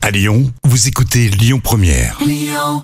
À Lyon, vous écoutez Lyon Première. Lyon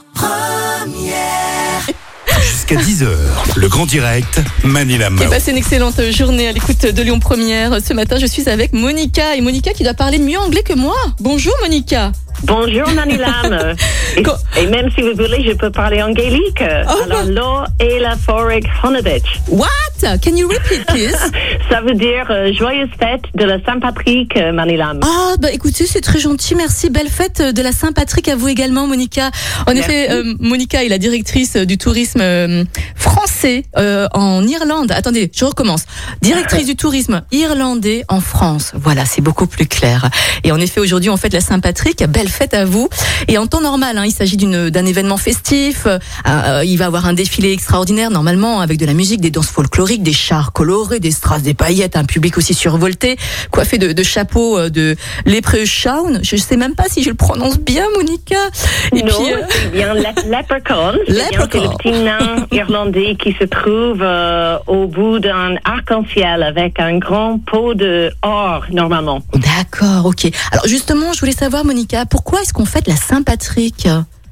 Première. Jusqu'à 10h, le grand direct, Manila Mao. Passez une excellente journée à l'écoute de Lyon Première. Ce matin, je suis avec Monica. Et Monica qui doit parler mieux anglais que moi. Bonjour Monica. Bonjour Manilam. Et même si vous voulez, je peux parler en gaélique. Alors, l'eau et la forêt Honoditch. What? Can you repeat, please? Ça veut dire joyeuse fête de la Saint-Patrick, Manilam. Ah, bah écoutez, c'est très gentil. Merci. Belle fête de la Saint-Patrick à vous également, Monica. En effet, Monica est la directrice du tourisme français en Irlande. Attendez, je recommence. Directrice du tourisme irlandais en France. Voilà, c'est beaucoup plus clair. Et en effet, aujourd'hui, on fête la Saint-Patrick. Belle fête à vous. Et en temps normal, il s'agit d'un événement festif. Il va y avoir un défilé extraordinaire, normalement, avec de la musique, des danses folkloriques, des chars colorés, des strass, des paillettes, un public aussi survolté, coiffé de chapeaux de Leprechaun. Je sais même pas si je le prononce bien, Monica. Et non, puis, c'est bien Leprechaun. C'est le petit nain irlandais qui se trouve au bout d'un arc-en-ciel avec un grand pot de or, normalement. D'accord, ok. Alors justement, je voulais savoir, Monica, pourquoi est-ce qu'on fête la Saint-Patrick ?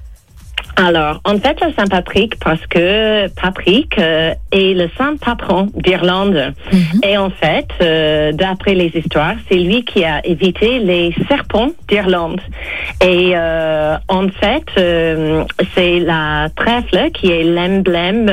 Alors, on fête la Saint-Patrick parce que Patrick est le saint patron d'Irlande. Mm-hmm. Et en fait, d'après les histoires, c'est lui qui a évité les serpents d'Irlande. Et en fait, c'est la trèfle qui est l'emblème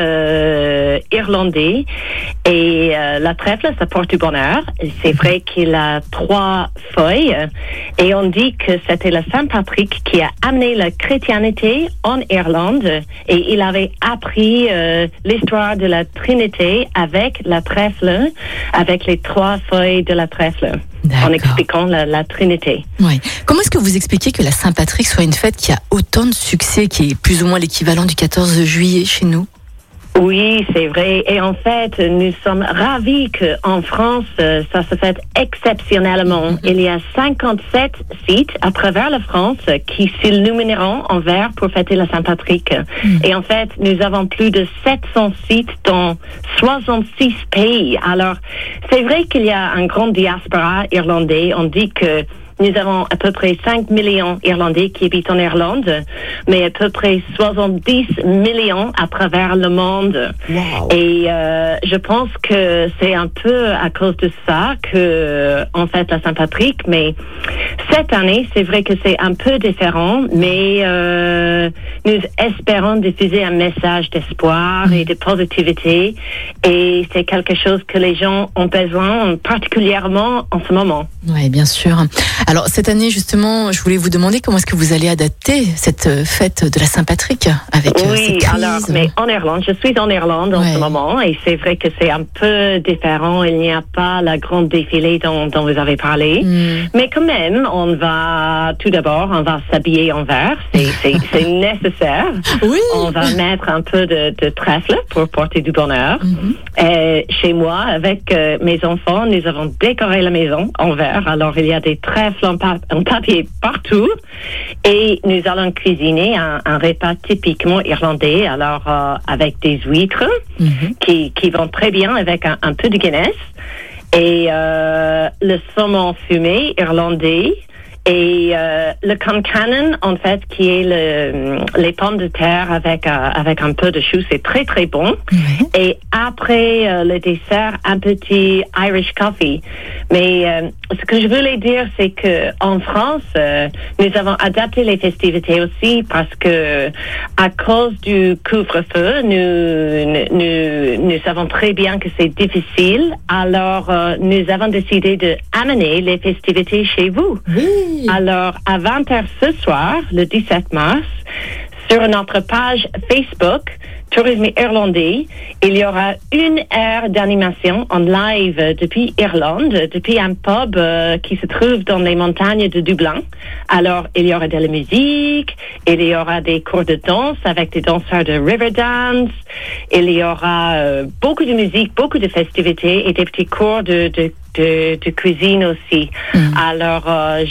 irlandais. Et la trèfle, ça porte du bonheur. C'est vrai qu'il a 3 feuilles. Et on dit que c'était le Saint Patrick qui a amené la chrétienté en Irlande, et il avait appris l'histoire de la Trinité avec la trèfle, avec les 3 feuilles de la trèfle, en expliquant la Trinité. Oui. Comment est-ce que vous expliquez que la Saint-Patrick soit une fête qui a autant de succès, qui est plus ou moins l'équivalent du 14 juillet chez nous ? Oui, c'est vrai. Et en fait, nous sommes ravis qu'en France, ça se fait exceptionnellement. Il y a 57 sites à travers la France qui s'illumineront en vert pour fêter la Saint-Patrick. Et en fait, nous avons plus de 700 sites dans 66 pays. Alors, c'est vrai qu'il y a un grand diaspora irlandais. On dit que nous avons à peu près 5 millions d'Irlandais qui habitent en Irlande, mais à peu près 70 millions à travers le monde. Wow. Et je pense que c'est un peu à cause de ça que on fête la Saint-Patrick. Mais cette année, c'est vrai que c'est un peu différent, mais nous espérons diffuser un message d'espoir et de positivité. Et c'est quelque chose que les gens ont besoin, particulièrement en ce moment. Oui, bien sûr. Alors, cette année, justement, je voulais vous demander comment est-ce que vous allez adapter cette fête de la Saint-Patrick avec cette crise. Alors, mais en Irlande, je suis en Irlande en ce moment, et c'est vrai que c'est un peu différent. Il n'y a pas la grande défilé dont vous avez parlé. Mais quand même, on va s'habiller en vert. C'est nécessaire. Oui. On va mettre un peu de trèfle pour porter du bonheur. Chez moi, avec mes enfants, nous avons décoré la maison en vert. Alors, il y a des trèfles en papier partout, et nous allons cuisiner un repas typiquement irlandais, alors avec des huîtres qui vont très bien avec un peu de Guinness, et le saumon fumé irlandais, et le concannon, en fait, qui est les pommes de terre avec un peu de chou, c'est très très bon. Et après le dessert, un petit Irish coffee. Mais ce que je voulais dire, c'est que en France, nous avons adapté les festivités aussi parce que à cause du couvre-feu, nous savons très bien que c'est difficile. Alors, nous avons décidé d'amener les festivités chez vous. Oui. Alors, à 20h ce soir, le 17 mars, sur notre page Facebook, Tourisme Irlandais, il y aura 1 heure d'animation en live depuis Irlande, depuis un pub qui se trouve dans les montagnes de Dublin. Alors, il y aura de la musique, il y aura des cours de danse avec des danseurs de Riverdance, il y aura beaucoup de musique, beaucoup de festivités et des petits cours de cuisine aussi. Alors,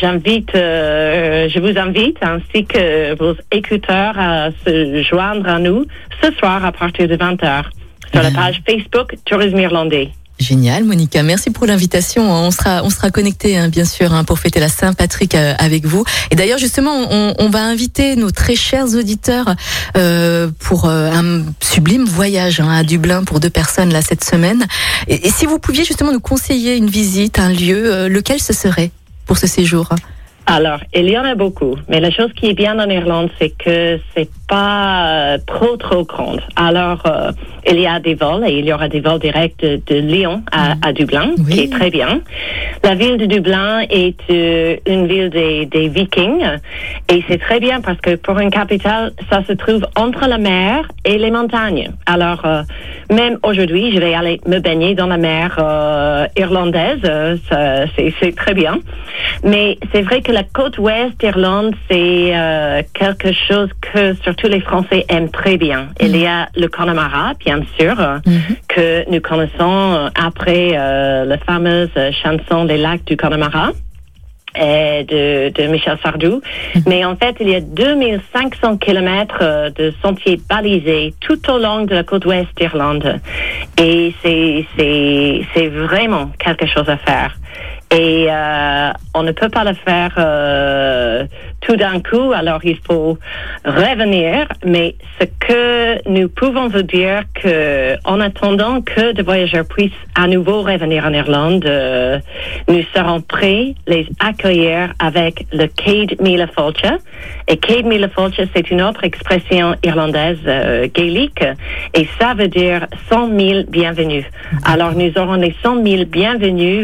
je vous invite, ainsi que vos écouteurs, à se joindre à nous ce soir à partir de 20h sur la page Facebook Tourisme Irlandais. Génial, Monica. Merci pour l'invitation. On sera connectés, bien sûr, pour fêter la Saint-Patrick avec vous. Et d'ailleurs, justement, on va inviter nos très chers auditeurs pour un sublime voyage à Dublin pour 2 personnes là cette semaine. Et si vous pouviez justement nous conseiller une visite, un lieu, lequel ce serait pour ce séjour? Alors, il y en a beaucoup, mais la chose qui est bien en Irlande, c'est que c'est pas trop grande. Alors, il y a des vols et il y aura des vols directs de Lyon à Dublin, qui est très bien. La ville de Dublin est une ville des Vikings et c'est très bien parce que pour une capitale, ça se trouve entre la mer et les montagnes. Alors, même aujourd'hui, je vais aller me baigner dans la mer irlandaise, c'est très bien. Mais c'est vrai que la côte ouest d'Irlande, c'est quelque chose que surtout les Français aiment très bien. Il y a le Connemara, bien sûr, que nous connaissons après la fameuse chanson Les lacs du Connemara de Michel Sardou. Mais en fait, il y a 2500 kilomètres de sentiers balisés tout au long de la côte ouest d'Irlande. Et c'est vraiment quelque chose à faire. Et on ne peut pas le faire tout d'un coup, alors il faut revenir. Mais ce que nous pouvons vous dire, que en attendant que des voyageurs puissent à nouveau revenir en Irlande, nous serons prêts les accueillir avec le Céad Míle Fáilte. Et Céad Míle Fáilte, c'est une autre expression irlandaise gaélique, et ça veut dire 100 000 bienvenus. Alors nous aurons les 100 000 bienvenus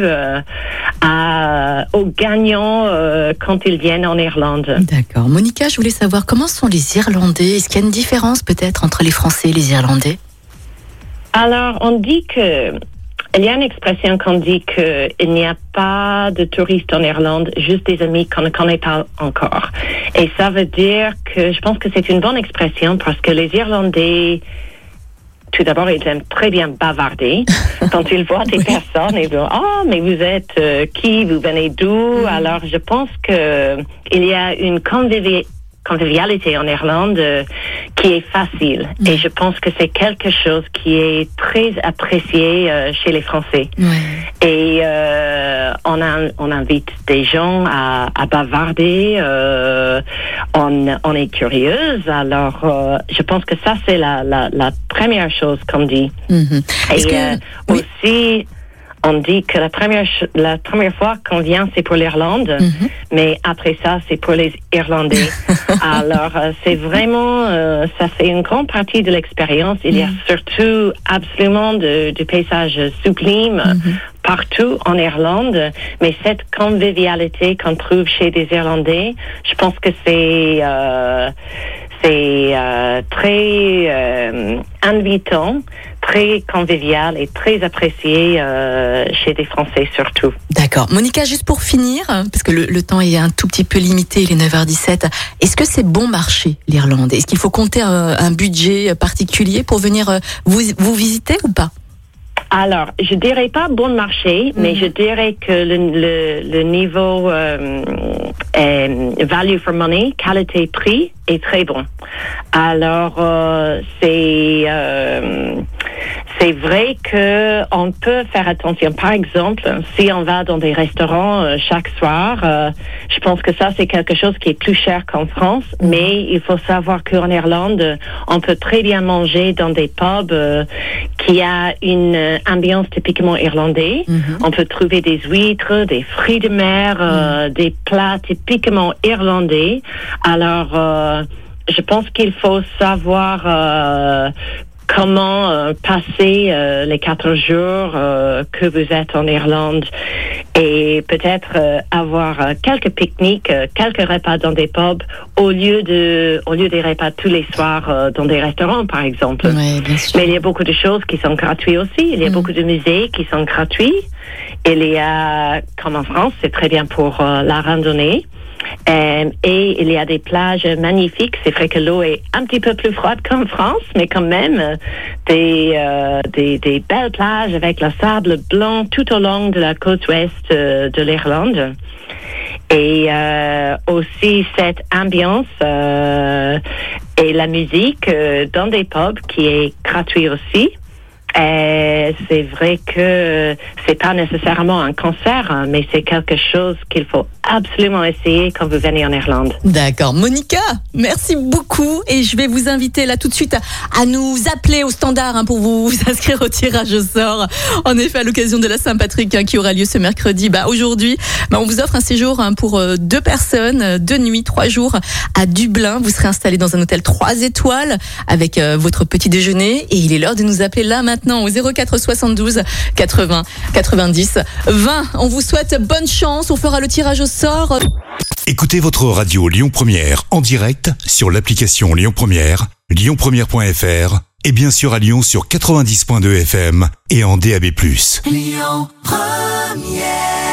aux gagnants quand ils viennent en Irlande. D'accord. Monica, je voulais savoir comment sont les Irlandais. Est-ce qu'il y a une différence peut-être entre les Français et les Irlandais? Alors, on dit que il y a une expression qu'on dit que il n'y a pas de touristes en Irlande, juste des amis qu'on ne connaît pas encore. Et ça veut dire que je pense que c'est une bonne expression parce que les Irlandais, tout d'abord, ils aiment très bien bavarder. Quand ils voient des personnes, ils disent « Ah, mais vous êtes qui? Vous venez d'où ?» Alors, je pense que il y a une convivialité en Irlande qui est facile. Et je pense que c'est quelque chose qui est très apprécié chez les Français. Et on invite des gens à bavarder. On est curieuse. Alors, je pense que ça, c'est la première chose qu'on dit. Et aussi, on dit que la première fois qu'on vient, c'est pour l'Irlande, mais après ça, c'est pour les Irlandais. Alors, c'est vraiment, ça fait une grande partie de l'expérience. Il y a surtout absolument du paysage sublime partout en Irlande, mais cette convivialité qu'on trouve chez des Irlandais, je pense que c'est très invitant, très convivial et très apprécié chez des Français surtout. D'accord. Monica, juste pour finir, parce que le temps est un tout petit peu limité, il est 9h17, est-ce que c'est bon marché l'Irlande? Est-ce qu'il faut compter un budget particulier pour venir vous visiter ou pas? Alors, je dirais pas bon marché, mais je dirais que le niveau value for money, qualité-prix, est très bon. Alors, c'est vrai que on peut faire attention. Par exemple, si on va dans des restaurants chaque soir, je pense que ça, c'est quelque chose qui est plus cher qu'en France. Mais il faut savoir qu'en Irlande, on peut très bien manger dans des pubs qui a une ambiance typiquement irlandaise. On peut trouver des huîtres, des fruits de mer, des plats typiquement irlandais. Alors, je pense qu'il faut savoir comment passer les 4 jours que vous êtes en Irlande et peut-être avoir quelques pique-niques, quelques repas dans des pubs au lieu des repas tous les soirs dans des restaurants, par exemple. Oui, bien sûr. Mais il y a beaucoup de choses qui sont gratuites aussi. Il y a beaucoup de musées qui sont gratuits. Il y a, comme en France, c'est très bien pour la randonnée. Et il y a des plages magnifiques. C'est vrai que l'eau est un petit peu plus froide qu'en France, mais quand même des belles plages avec le sable blanc tout au long de la côte ouest de l'Irlande. Et aussi cette ambiance et la musique dans des pubs qui est gratuit aussi. Et c'est vrai que c'est pas nécessairement un cancer, mais c'est quelque chose qu'il faut absolument essayer quand vous venez en Irlande. D'accord. Monica, merci beaucoup. Et je vais vous inviter là tout de suite à nous appeler au standard pour vous inscrire au tirage au sort. En effet, à l'occasion de la Saint-Patrick qui aura lieu ce mercredi, aujourd'hui, on vous offre un séjour pour 2 personnes, 2 nuits, 3 jours à Dublin. Vous serez installé dans un hôtel 3 étoiles avec votre petit déjeuner. Et il est l'heure de nous appeler là maintenant au 04 72 80 90 20. On vous souhaite bonne chance. On fera le tirage au sort. Écoutez votre radio Lyon Première en direct sur l'application Lyon Première, lyonpremière.fr et bien sûr à Lyon sur 90.2 FM et en DAB+. Lyon Première.